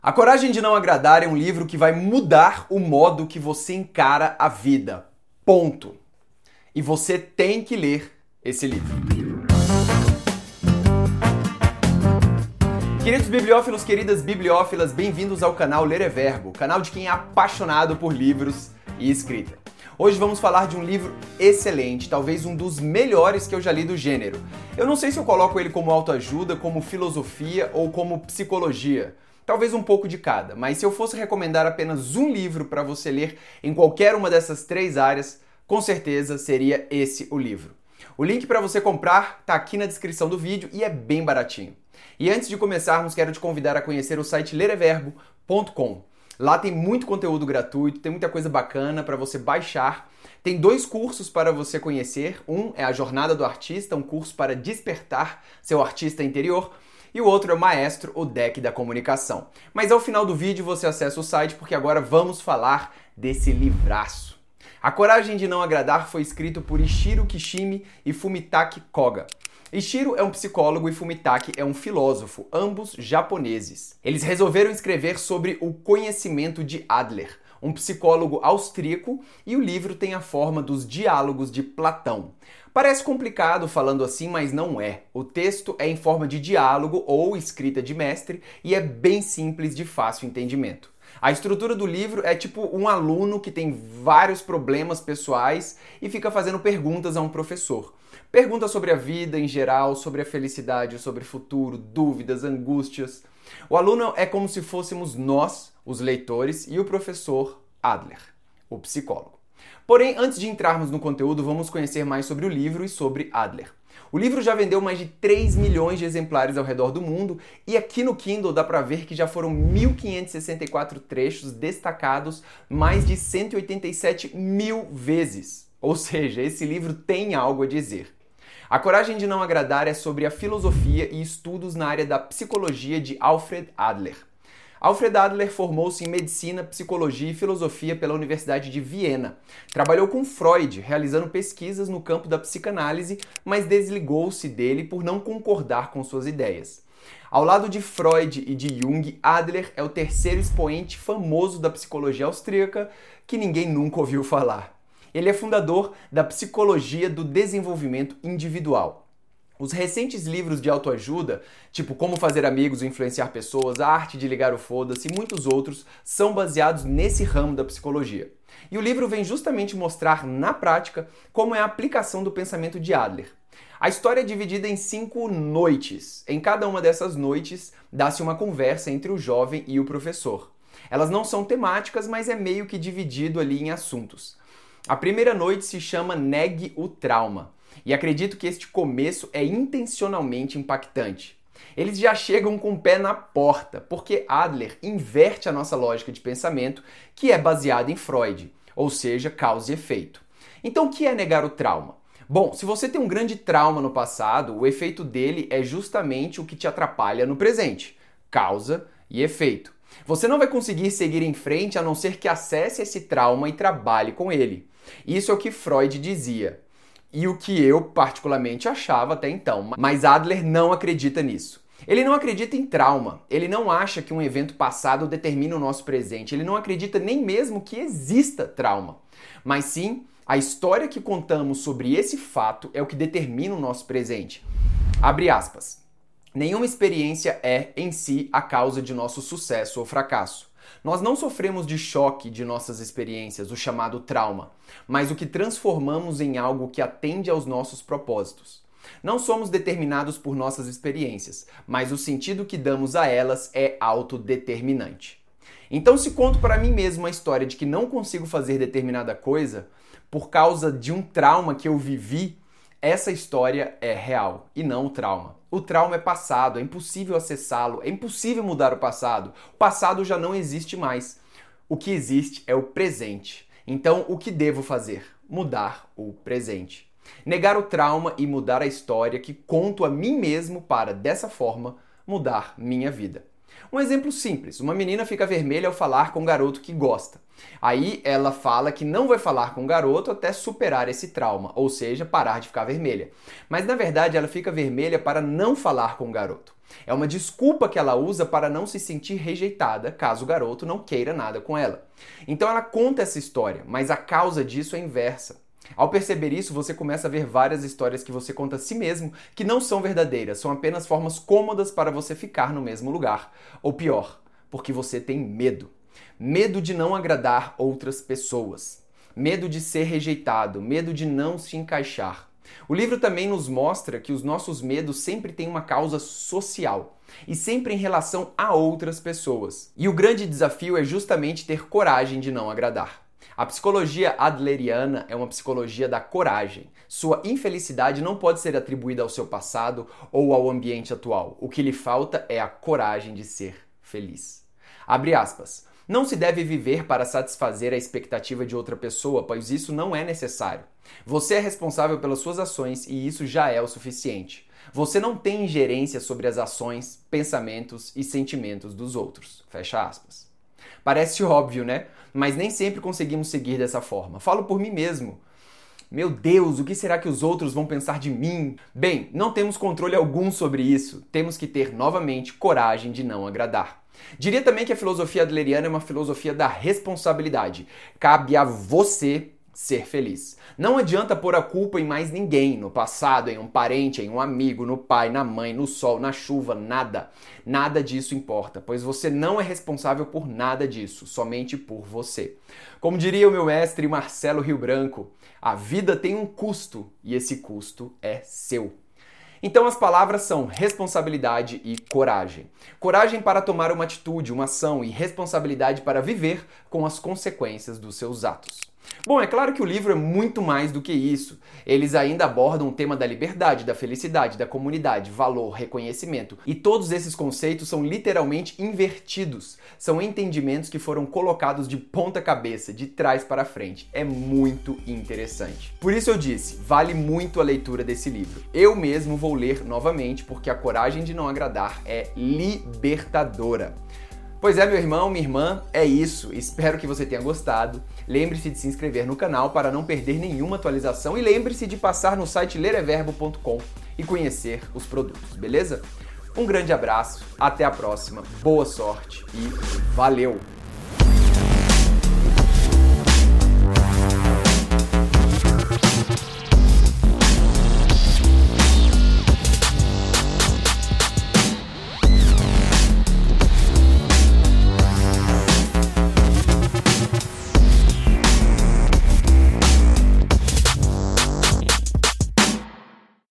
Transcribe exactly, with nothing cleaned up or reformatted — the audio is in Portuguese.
A Coragem de Não Agradar é um livro que vai mudar o modo que você encara a vida. Ponto. E você tem que ler esse livro. Queridos bibliófilos, queridas bibliófilas, bem-vindos ao canal Ler é Verbo, canal de quem é apaixonado por livros e escrita. Hoje vamos falar de um livro excelente, talvez um dos melhores que eu já li do gênero. Eu não sei se eu coloco ele como autoajuda, como filosofia ou como psicologia. Talvez um pouco de cada, mas se eu fosse recomendar apenas um livro para você ler em qualquer uma dessas três áreas, com certeza seria esse o livro. O link para você comprar está aqui na descrição do vídeo e é bem baratinho. E antes de começarmos, quero te convidar a conhecer o site ler é verbo ponto com. Lá tem muito conteúdo gratuito, tem muita coisa bacana para você baixar. Tem dois cursos para você conhecer. Um é a Jornada do Artista, um curso para despertar seu artista interior. E o outro é o Maestro, o Deck da Comunicação. Mas ao final do vídeo você acessa o site porque agora vamos falar desse livraço. A Coragem de Não Agradar foi escrito por Ishiro Kishimi e Fumitake Koga. Ishiro é um psicólogo e Fumitake é um filósofo, ambos japoneses. Eles resolveram escrever sobre o conhecimento de Adler, um psicólogo austríaco, e o livro tem a forma dos diálogos de Platão. Parece complicado falando assim, mas não é. O texto é em forma de diálogo ou escrita de mestre e é bem simples, de fácil entendimento. A estrutura do livro é tipo um aluno que tem vários problemas pessoais e fica fazendo perguntas a um professor. Perguntas sobre a vida em geral, sobre a felicidade, sobre o futuro, dúvidas, angústias. O aluno é como se fôssemos nós, os leitores, e o professor Adler, o psicólogo. Porém, antes de entrarmos no conteúdo, vamos conhecer mais sobre o livro e sobre Adler. O livro já vendeu mais de três milhões de exemplares ao redor do mundo e aqui no Kindle dá para ver que já foram mil quinhentos e sessenta e quatro trechos destacados mais de cento e oitenta e sete mil vezes. Ou seja, esse livro tem algo a dizer. A Coragem de Não Agradar é sobre a filosofia e estudos na área da psicologia de Alfred Adler. Alfred Adler formou-se em medicina, psicologia e filosofia pela Universidade de Viena. Trabalhou com Freud, realizando pesquisas no campo da psicanálise, mas desligou-se dele por não concordar com suas ideias. Ao lado de Freud e de Jung, Adler é o terceiro expoente famoso da psicologia austríaca que ninguém nunca ouviu falar. Ele é fundador da psicologia do desenvolvimento individual. Os recentes livros de autoajuda, tipo Como Fazer Amigos e Influenciar Pessoas, A Arte de Ligar o Foda-se e muitos outros, são baseados nesse ramo da psicologia. E o livro vem justamente mostrar na prática como é a aplicação do pensamento de Adler. A história é dividida em cinco noites. Em cada uma dessas noites, dá-se uma conversa entre o jovem e o professor. Elas não são temáticas, mas é meio que dividido ali em assuntos. A primeira noite se chama Negue o Trauma. E acredito que este começo é intencionalmente impactante. Eles já chegam com o pé na porta, porque Adler inverte a nossa lógica de pensamento, que é baseada em Freud, ou seja, causa e efeito. Então, o que é negar o trauma? Bom, se você tem um grande trauma no passado, o efeito dele é justamente o que te atrapalha no presente. Causa e efeito. Você não vai conseguir seguir em frente a não ser que acesse esse trauma e trabalhe com ele. Isso é o que Freud dizia. E o que eu particularmente achava até então, mas Adler não acredita nisso. Ele não acredita em trauma, ele não acha que um evento passado determina o nosso presente, ele não acredita nem mesmo que exista trauma. Mas sim, a história que contamos sobre esse fato é o que determina o nosso presente. Abre aspas. Nenhuma experiência é, em si, a causa de nosso sucesso ou fracasso. Nós não sofremos de choque de nossas experiências, o chamado trauma, mas o que transformamos em algo que atende aos nossos propósitos. Não somos determinados por nossas experiências, mas o sentido que damos a elas é autodeterminante. Então, se conto para mim mesmo a história de que não consigo fazer determinada coisa por causa de um trauma que eu vivi, essa história é real e não o trauma. O trauma é passado, é impossível acessá-lo, é impossível mudar o passado. O passado já não existe mais. O que existe é o presente. Então, o que devo fazer? Mudar o presente. Negar o trauma e mudar a história que conto a mim mesmo para, dessa forma, mudar minha vida. Um exemplo simples, uma menina fica vermelha ao falar com um garoto que gosta. Aí ela fala que não vai falar com o garoto até superar esse trauma, ou seja, parar de ficar vermelha. Mas na verdade ela fica vermelha para não falar com o garoto. É uma desculpa que ela usa para não se sentir rejeitada, caso o garoto não queira nada com ela. Então ela conta essa história, mas a causa disso é inversa. Ao perceber isso, você começa a ver várias histórias que você conta a si mesmo que não são verdadeiras, são apenas formas cômodas para você ficar no mesmo lugar. Ou pior, porque você tem medo. Medo de não agradar outras pessoas. Medo de ser rejeitado, medo de não se encaixar. O livro também nos mostra que os nossos medos sempre têm uma causa social e sempre em relação a outras pessoas. E o grande desafio é justamente ter coragem de não agradar. A psicologia adleriana é uma psicologia da coragem. Sua infelicidade não pode ser atribuída ao seu passado ou ao ambiente atual. O que lhe falta é a coragem de ser feliz. Abre aspas. Não se deve viver para satisfazer a expectativa de outra pessoa, pois isso não é necessário. Você é responsável pelas suas ações e isso já é o suficiente. Você não tem ingerência sobre as ações, pensamentos e sentimentos dos outros. Fecha aspas. Parece óbvio, né? Mas nem sempre conseguimos seguir dessa forma. Falo por mim mesmo. Meu Deus, o que será que os outros vão pensar de mim? Bem, não temos controle algum sobre isso. Temos que ter novamente coragem de não agradar. Diria também que a filosofia adleriana é uma filosofia da responsabilidade. Cabe a você ser feliz. Não adianta pôr a culpa em mais ninguém, no passado, em um parente, em um amigo, no pai, na mãe, no sol, na chuva, nada. Nada disso importa, pois você não é responsável por nada disso, somente por você. Como diria o meu mestre Marcelo Rio Branco, a vida tem um custo e esse custo é seu. Então as palavras são responsabilidade e coragem. Coragem para tomar uma atitude, uma ação e responsabilidade para viver com as consequências dos seus atos. Bom, é claro que o livro é muito mais do que isso. Eles ainda abordam o tema da liberdade, da felicidade, da comunidade, valor, reconhecimento. E todos esses conceitos são literalmente invertidos. São entendimentos que foram colocados de ponta cabeça, de trás para frente. É muito interessante. Por isso eu disse, vale muito a leitura desse livro. Eu mesmo vou ler novamente porque a coragem de não agradar é libertadora. Pois é, meu irmão, minha irmã, é isso. Espero que você tenha gostado. Lembre-se de se inscrever no canal para não perder nenhuma atualização e lembre-se de passar no site lereverbo ponto com e conhecer os produtos, beleza? Um grande abraço, até a próxima, boa sorte e valeu!